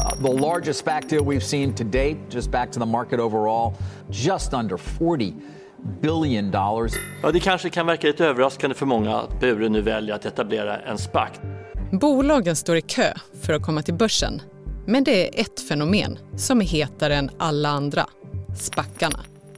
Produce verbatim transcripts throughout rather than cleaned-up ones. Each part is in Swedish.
Uh, the largest SPAC deal we've seen to date, just back to the market overall, just under forty billion dollars. Ja, det kanske kan verka lite överraskande för många att Bure nu väljer att etablera en SPAC. Bolagen står i kö för att komma till börsen. Men det är ett fenomen som är hetare än alla andra. SPACarna.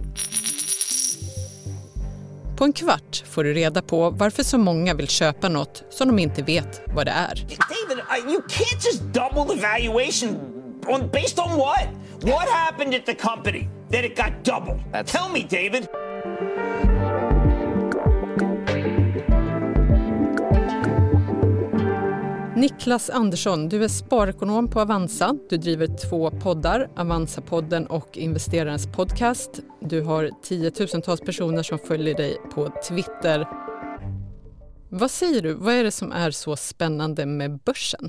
På en kvart får du reda på varför så många vill köpa något som de inte vet vad det är. David, you can't just double the valuation on, based on what? What happened at the company that it got double? That's... Tell me, David. Niklas Andersson, du är sparekonom på Avanza. Du driver två poddar, Avanza-podden och Investerarens podcast. Du har tiotusentals personer som följer dig på Twitter. Vad säger du? Vad är det som är så spännande med börsen?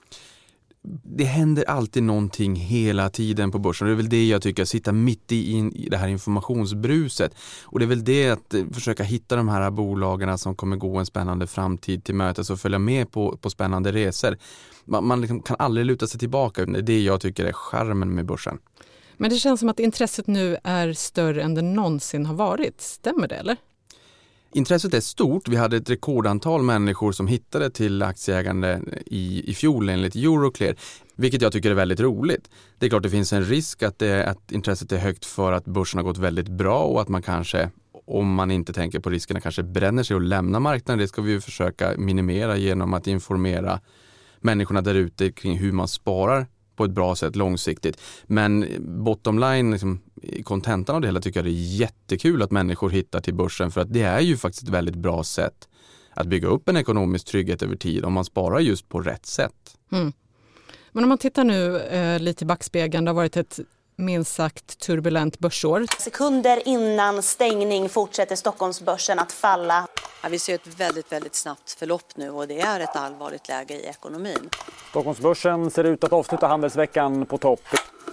Det händer alltid någonting hela tiden på börsen. Det är väl det jag tycker, att sitta mitt i, i det här informationsbruset. Och det är väl det att försöka hitta de här bolagen som kommer gå en spännande framtid till mötes och följa med på, på spännande resor. Man, man liksom kan aldrig luta sig tillbaka. Det är det jag tycker är charmen med börsen. Men det känns som att intresset nu är större än det någonsin har varit. Stämmer det, eller? Intresset är stort. Vi hade ett rekordantal människor som hittade till aktieägande i, i fjol enligt Euroclear, vilket jag tycker är väldigt roligt. Det är klart det finns en risk att, det, att intresset är högt för att börsen har gått väldigt bra och att man kanske, om man inte tänker på riskerna, kanske bränner sig och lämnar marknaden. Det ska vi ju försöka minimera genom att informera människorna där ute kring hur man sparar på ett bra sätt långsiktigt. Men bottom line, liksom, kontentan av det hela, tycker jag det är jättekul att människor hittar till börsen, för att det är ju faktiskt ett väldigt bra sätt att bygga upp en ekonomisk trygghet över tid om man sparar just på rätt sätt. Mm. Men om man tittar nu eh, lite i backspegeln, det har varit ett minst sagt turbulent börsår. Sekunder innan stängning fortsätter Stockholmsbörsen att falla. Ja, vi ser ett väldigt, väldigt snabbt förlopp nu och det är ett allvarligt läge i ekonomin. Stockholmsbörsen ser ut att avsluta handelsveckan på topp.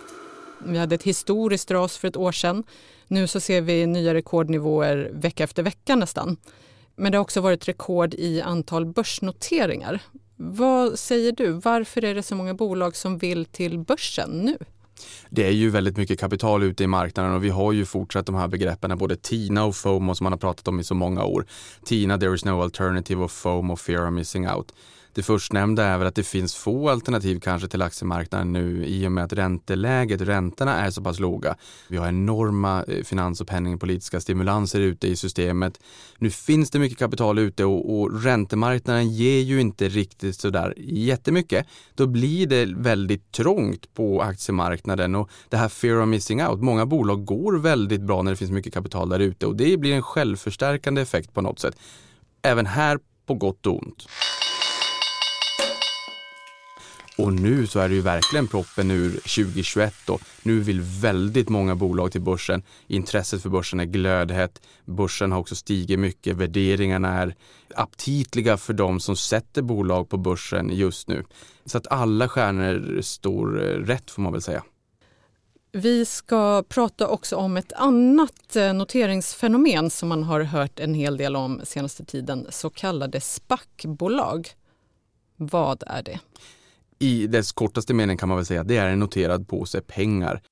Vi hade ett historiskt ras för ett år sedan. Nu så ser vi nya rekordnivåer vecka efter vecka nästan. Men det har också varit rekord i antal börsnoteringar. Vad säger du? Varför är det så många bolag som vill till börsen nu? Det är ju väldigt mycket kapital ute i marknaden och vi har ju fortsatt de här begreppen, både TINA och FOMO som man har pratat om i så många år. TINA, there is no alternative, och FOMO, fear of missing out. Det förstnämnda är väl att det finns få alternativ kanske till aktiemarknaden nu i och med att ränteläget, räntorna är så pass låga. Vi har enorma finans- och penningpolitiska stimulanser ute i systemet. Nu finns det mycket kapital ute och, och räntemarknaden ger ju inte riktigt sådär jättemycket. Då blir det väldigt trångt på aktiemarknaden och det här fear of missing out. Många bolag går väldigt bra när det finns mycket kapital där ute och det blir en självförstärkande effekt på något sätt. Även här på gott och ont. Och nu så är det ju verkligen proppen ur tjugohundratjugoett och nu vill väldigt många bolag till börsen. Intresset för börsen är glödhett. Börsen har också stigit mycket. Värderingarna är aptitliga för de som sätter bolag på börsen just nu. Så att alla stjärnor står rätt, får man väl säga. Vi ska prata också om ett annat noteringsfenomen som man har hört en hel del om senaste tiden. Så kallade SPAC-bolag. Vad är det? I dess kortaste mening kan man väl säga att det är en noterad påse pengar.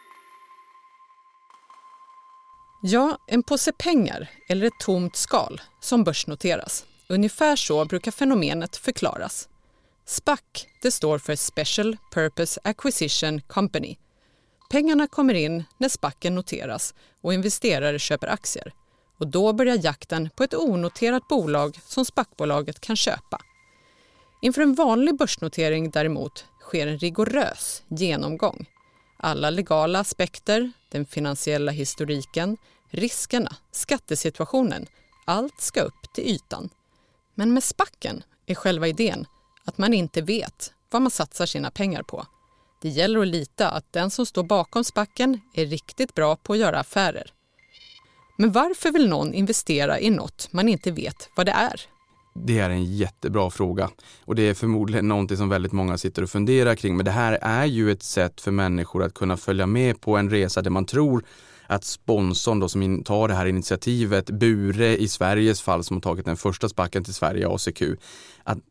Ja, en påse pengar eller ett tomt skal som börsnoteras. Ungefär så brukar fenomenet förklaras. SPAC, det står för Special Purpose Acquisition Company. Pengarna kommer in när SPACen noteras och investerare köper aktier. Och då börjar jakten på ett onoterat bolag som SPAC-bolaget kan köpa. Inför en vanlig börsnotering däremot sker en rigorös genomgång. Alla legala aspekter, den finansiella historiken, riskerna, skattesituationen, allt ska upp till ytan. Men med SPACen är själva idén att man inte vet vad man satsar sina pengar på. Det gäller att lita att den som står bakom SPACen är riktigt bra på att göra affärer. Men varför vill någon investera i något man inte vet vad det är? Det är en jättebra fråga och det är förmodligen någonting som väldigt många sitter och funderar kring. Men det här är ju ett sätt för människor att kunna följa med på en resa där man tror att sponsorn då som tar det här initiativet, Bure i Sveriges fall som har tagit den första SPACen till Sverige, A C Q, att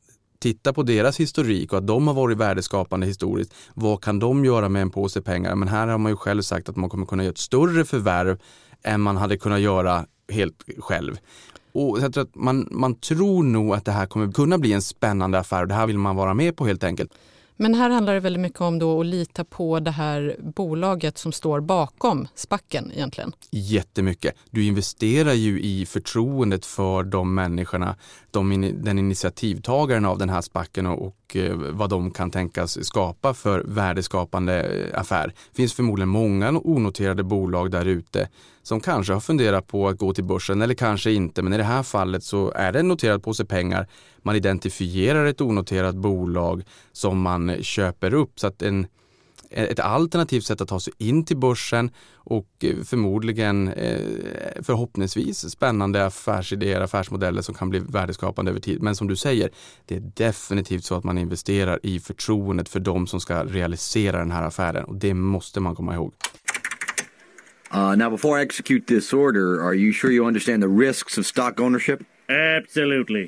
titta på deras historik och att de har varit värdeskapande historiskt. Vad kan de göra med en påse pengar? Men här har man ju själv sagt att man kommer kunna göra ett större förvärv än man hade kunnat göra helt själv. Och jag tror att man, man tror nog att det här kommer kunna bli en spännande affär och det här vill man vara med på helt enkelt. Men här handlar det väldigt mycket om då att lita på det här bolaget som står bakom spacken egentligen. Jättemycket. Du investerar ju i förtroendet för de människorna, de, den initiativtagaren av den här spacken och, och eh, vad de kan tänkas skapa för värdeskapande affär. Det finns förmodligen många onoterade bolag där ute som kanske har funderat på att gå till börsen eller kanske inte. Men i det här fallet så är det en noterad påse pengar. Man identifierar ett onoterat bolag som man köper upp. Så att en, ett alternativt sätt att ta sig in till börsen och förmodligen eh, förhoppningsvis spännande affärsidéer, affärsmodeller som kan bli värdeskapande över tid. Men som du säger, det är definitivt så att man investerar i förtroendet för de som ska realisera den här affären. Och det måste man komma ihåg. Uh, now, before I execute this order, are you sure you understand the risks of stock ownership? Absolutely.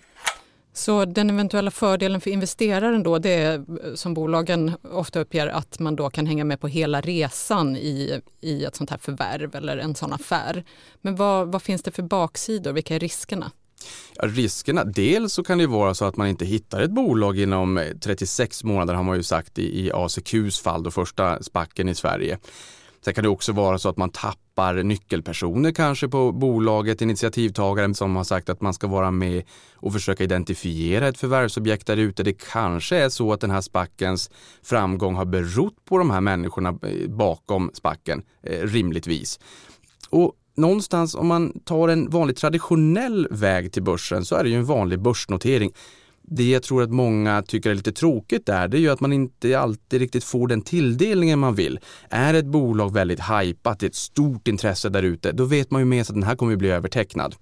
Så den eventuella fördelen för investeraren då, det är som bolagen ofta uppger att man då kan hänga med på hela resan i, i ett sånt här förvärv eller en sån affär. Men vad, vad finns det för baksidor? Vilka är riskerna? Ja, riskerna, dels så kan det vara så att man inte hittar ett bolag inom trettiosex månader har man ju sagt i, i A C Qs fall, då första spacken i Sverige. Sen kan det också vara så att man tappar nyckelpersoner kanske på bolaget, initiativtagaren som har sagt att man ska vara med och försöka identifiera ett förvärvsobjekt där ute. Det kanske är så att den här spackens framgång har berott på de här människorna bakom spacken, eh, rimligtvis. Och någonstans om man tar en vanlig traditionell väg till börsen så är det ju en vanlig börsnotering. Det jag tror att många tycker är lite tråkigt där, det är ju att man inte alltid riktigt får den tilldelningen man vill. Är ett bolag väldigt hypat, det är ett stort intresse där ute, då vet man ju med sig att den här kommer bli övertecknad.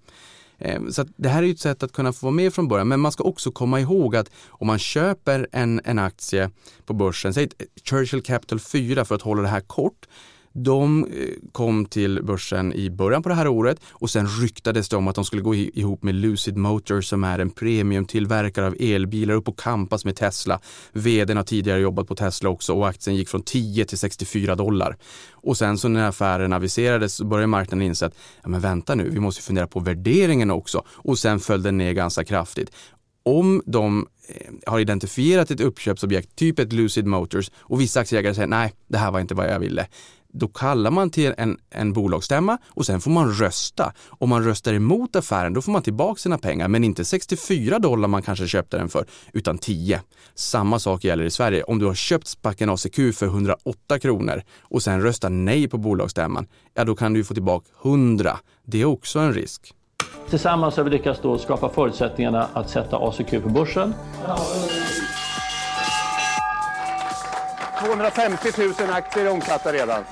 Så att det här är ju ett sätt att kunna få vara med från början, men man ska också komma ihåg att om man köper en, en aktie på börsen, säg Churchill Capital fyra för att hålla det här kort, de kom till börsen i början på det här året och sen ryktades det om att de skulle gå ihop med Lucid Motors som är en premiumtillverkare av elbilar upp och kampas med Tesla. Vdn har tidigare jobbat på Tesla också och aktien gick från tio till sextiofyra dollar. Och sen så när affären aviserades så började marknaden inse att ja, men vänta nu, vi måste fundera på värderingen också. Och sen föll den ner ganska kraftigt. Om de har identifierat ett uppköpsobjekt, typ ett Lucid Motors, och vissa aktieägare säger nej, det här var inte vad jag ville. Då kallar man till en, en bolagsstämma och sen får man rösta. Om man röstar emot affären, då får man tillbaka sina pengar. Men inte sextiofyra dollar man kanske köpte den för, utan tio. Samma sak gäller i Sverige. Om du har köpt spacken A C Q för hundraåtta kronor och sen röstar nej på bolagsstämman, ja då kan du få tillbaka hundra. Det är också en risk. Tillsammans har vi lyckats då skapa förutsättningarna att sätta A C Q på börsen. tvåhundrafemtio tusen aktier omsatta redan.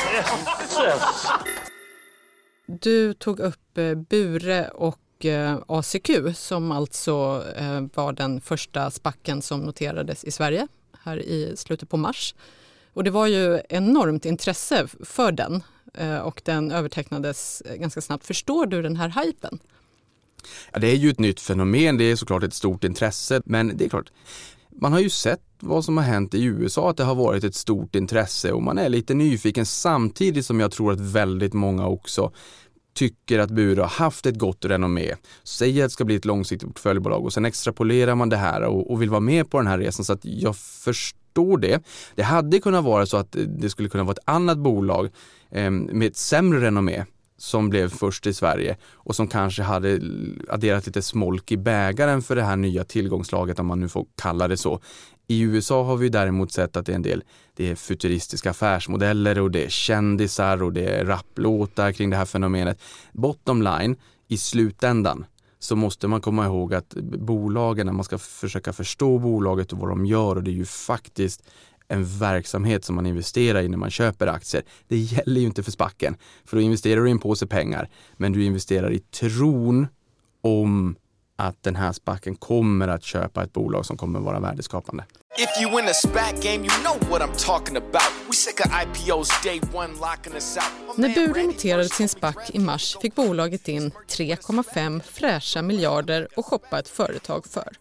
Du tog upp Bure och A C Q som alltså var den första spacken som noterades i Sverige här i slutet på mars. Och det var ju enormt intresse för den och den övertecknades ganska snabbt. Förstår du den här hypen? Ja, det är ju ett nytt fenomen, det är såklart ett stort intresse, men det är klart, man har ju sett vad som har hänt i U S A, att det har varit ett stort intresse och man är lite nyfiken samtidigt som jag tror att väldigt många också tycker att Bure har haft ett gott renommé. Säger att det ska bli ett långsiktigt portföljbolag och sen extrapolerar man det här och, och vill vara med på den här resan, så att jag förstår det. Det hade kunnat vara så att det skulle kunna vara ett annat bolag eh, med ett sämre renommé som blev först i Sverige och som kanske hade adderat lite smolk i bägaren för det här nya tillgångslaget, om man nu får kalla det så. I U S A har vi däremot sett att det är en del det är futuristiska affärsmodeller och det är kändisar och det är rapplåtar kring det här fenomenet. Bottom line, i slutändan så måste man komma ihåg att bolagen, när man ska försöka förstå bolaget och vad de gör, och det är ju faktiskt en verksamhet som man investerar i när man köper aktier. Det gäller ju inte för spacken. För då investerar du i en påse pengar. Men du investerar i tron om att den här spacken kommer att köpa ett bolag som kommer vara värdeskapande. If you in a SPAC game, you know what I'm talking about. We sick of I P Os day one locking us out. När Bure noterade sin spack i mars fick bolaget in tre komma fem fräscha miljarder och shoppa ett företag för.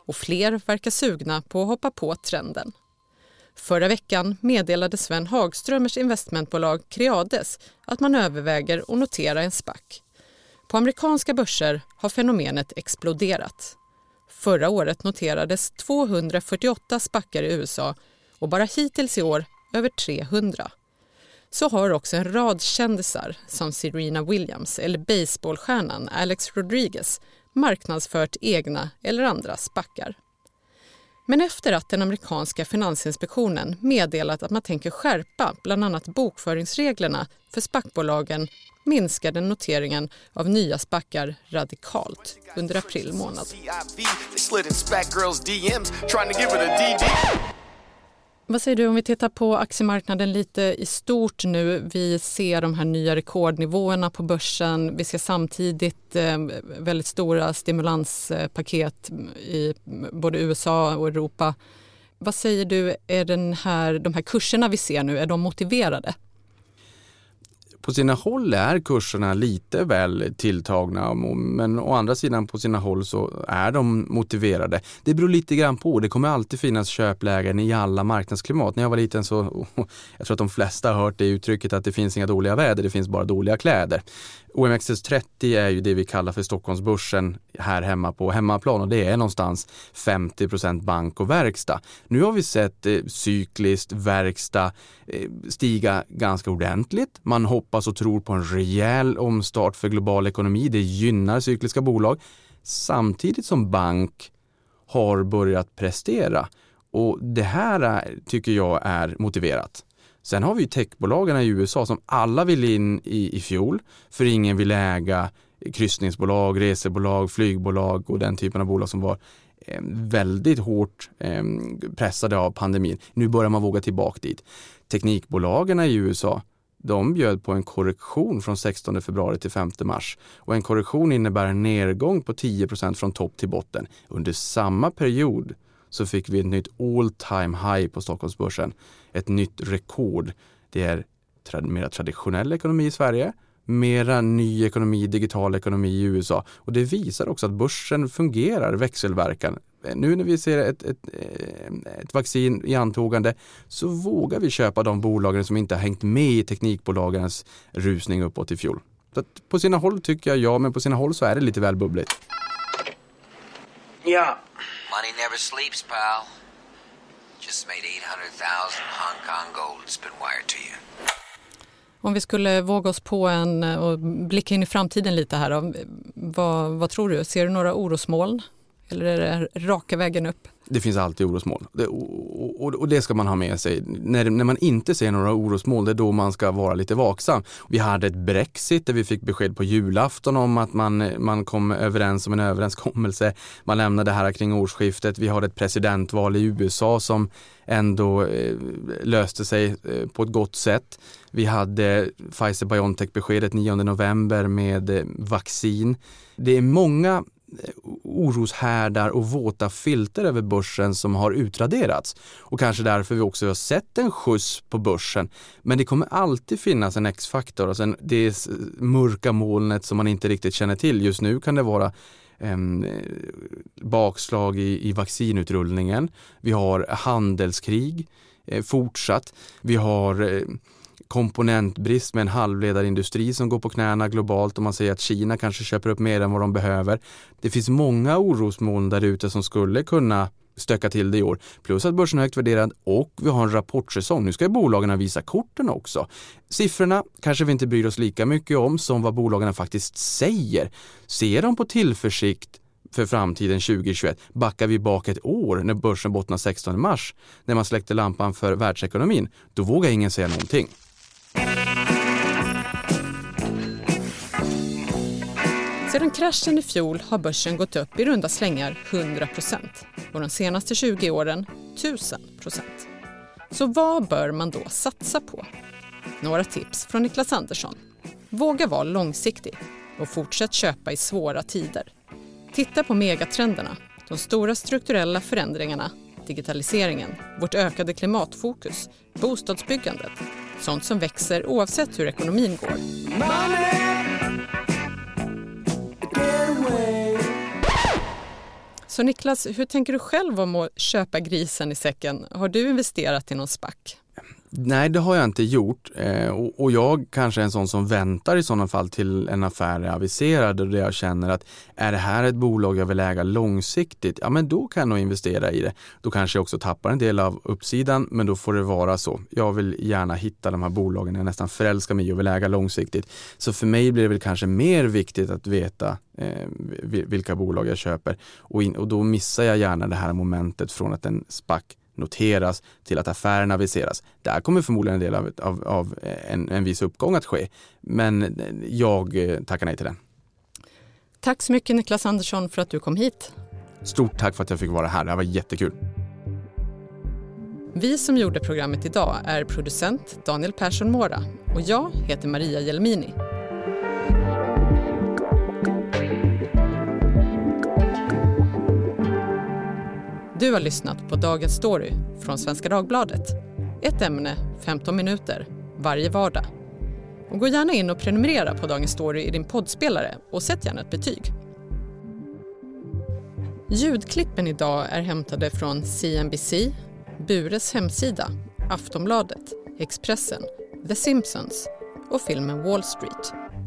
och fler verkar sugna på att hoppa på trenden. Förra veckan meddelade Sven Hagströmers investmentbolag Creades att man överväger att notera en SPAC. På amerikanska börser har fenomenet exploderat. Förra året noterades tvåhundrafyrtioåtta SPACar i U S A och bara hittills i år över trehundra. Så har också en rad kändisar som Serena Williams eller baseballstjärnan Alex Rodriguez marknadsfört egna eller andra SPACar. Men efter att den amerikanska finansinspektionen meddelat att man tänker skärpa bland annat bokföringsreglerna för SPAC-bolagen minskade noteringen av nya SPACar radikalt under april månad. Vad säger du om vi tittar på aktiemarknaden lite i stort nu? Vi ser de här nya rekordnivåerna på börsen. Vi ser samtidigt eh, väldigt stora stimulanspaket i både U S A och Europa. Vad säger du, är den här, de här kurserna vi ser nu, är de motiverade? På sina håll är kurserna lite väl tilltagna, men å andra sidan på sina håll så är de motiverade. Det beror lite grann på. Det kommer alltid finnas köplägen i alla marknadsklimat. När jag var liten så, jag tror att de flesta har hört det uttrycket att det finns inga dåliga väder, det finns bara dåliga kläder. O M X S trettio är ju det vi kallar för Stockholmsbörsen här hemma på hemmaplan, och det är någonstans femtio procent bank och verkstad. Nu har vi sett eh, cykliskt verkstad eh, stiga ganska ordentligt. Man hoppas och tror på en rejäl omstart för global ekonomi. Det gynnar cykliska bolag samtidigt som bank har börjat prestera. Och det här är, tycker jag är motiverat. Sen har vi techbolagen i U S A som alla vill in i, i fjol, för ingen vill äga kryssningsbolag, resebolag, flygbolag och den typen av bolag som var eh, väldigt hårt eh, pressade av pandemin. Nu börjar man våga tillbaka dit. Teknikbolagen i U S A, de bjöd på en korrektion från sextonde februari till femte mars. Och en korrektion innebär en nedgång på tio procent från topp till botten. Under samma period så fick vi ett nytt all time high på Stockholmsbörsen. Ett nytt rekord. Det är tra- mera traditionell ekonomi i Sverige, mera ny ekonomi, digital ekonomi i U S A. Och det visar också att börsen fungerar, växelverkan. Nu när vi ser ett, ett, ett vaccin i antågande så vågar vi köpa de bolagen som inte har hängt med i teknikbolagens rusning uppåt i fjol. Så att på sina håll tycker jag ja, men på sina håll så är det lite väl bubbligt. Ja. Money never sleeps, pal. Just made eight hundred thousand Hong Kong gold. It's been wired to you. Om vi skulle våga oss på en och blicka in i framtiden lite här då, vad, vad tror du? Ser du några orosmoln? Eller är det raka vägen upp? Det finns alltid orosmål. Det, och, och, och det ska man ha med sig. När, när man inte ser några orosmål, det är då man ska vara lite vaksam. Vi hade ett Brexit där vi fick besked på julafton om att man, man kom överens om en överenskommelse. Man lämnade det här kring årsskiftet. Vi har ett presidentval i U S A som ändå eh, löste sig eh, på ett gott sätt. Vi hade Pfizer-BioNTech-beskedet nionde november med eh, vaccin. Det är många oroshärdar och våta filter över börsen som har utraderats. Och kanske därför vi också har sett en skjuts på börsen. Men det kommer alltid finnas en X-faktor. Alltså det är mörka molnet som man inte riktigt känner till. Just nu kan det vara eh, bakslag i, i vaccinutrullningen. Vi har handelskrig eh, fortsatt. Vi har eh, komponentbrist med en halvledarindustri som går på knäna globalt, och man säger att Kina kanske köper upp mer än vad de behöver. Det finns många orosmoln där ute som skulle kunna stöka till det i år. Plus att börsen är högt värderad och vi har en rapportsäsong. Nu ska bolagen visa korten också. Siffrorna kanske vi inte bryr oss lika mycket om som vad bolagen faktiskt säger. Ser de på tillförsikt för framtiden tjugohundratjugoett, backar vi bak ett år när börsen bottnar sextonde mars, när man släckte lampan för världsekonomin, då vågar ingen säga någonting. Sedan kraschen i fjol har börsen gått upp i runda slängar hundra procent och de senaste tjugo åren tusen procent. Så vad bör man då satsa på? Några tips från Niklas Andersson. Våga vara långsiktig och fortsätt köpa i svåra tider. Titta på megatrenderna, de stora strukturella förändringarna, digitaliseringen, vårt ökade klimatfokus, bostadsbyggandet, sånt som växer oavsett hur ekonomin går. Så Niklas, hur tänker du själv om att köpa grisen i säcken? Har du investerat i någon S P A C? Nej, det har jag inte gjort. Eh, och, och jag kanske är en sån som väntar i sådana fall till en affär är aviserad och där jag känner att är det här ett bolag jag vill äga långsiktigt? Ja, men då kan jag nog investera i det. Då kanske jag också tappar en del av uppsidan, men då får det vara så. Jag vill gärna hitta de här bolagen jag nästan förälskar mig och vill äga långsiktigt. Så för mig blir det väl kanske mer viktigt att veta eh, vilka bolag jag köper. Och, in, och då missar jag gärna det här momentet från att en S P A C noteras till att affären aviseras. Där kommer förmodligen en del av, av, av en, en viss uppgång att ske. Men jag tackar nej till den. Tack så mycket Niklas Andersson för att du kom hit. Stort tack för att jag fick vara här. Det här var jättekul. Vi som gjorde programmet idag är producent Daniel Persson Mora och jag heter Maria Jelmini. Du har lyssnat på Dagens Story från Svenska Dagbladet. Ett ämne, femton minuter, varje vardag. Och gå gärna in och prenumerera på Dagens Story i din poddspelare och sätt gärna ett betyg. Ljudklippen idag är hämtade från C N B C, Bures hemsida, Aftonbladet, Expressen, The Simpsons och filmen Wall Street.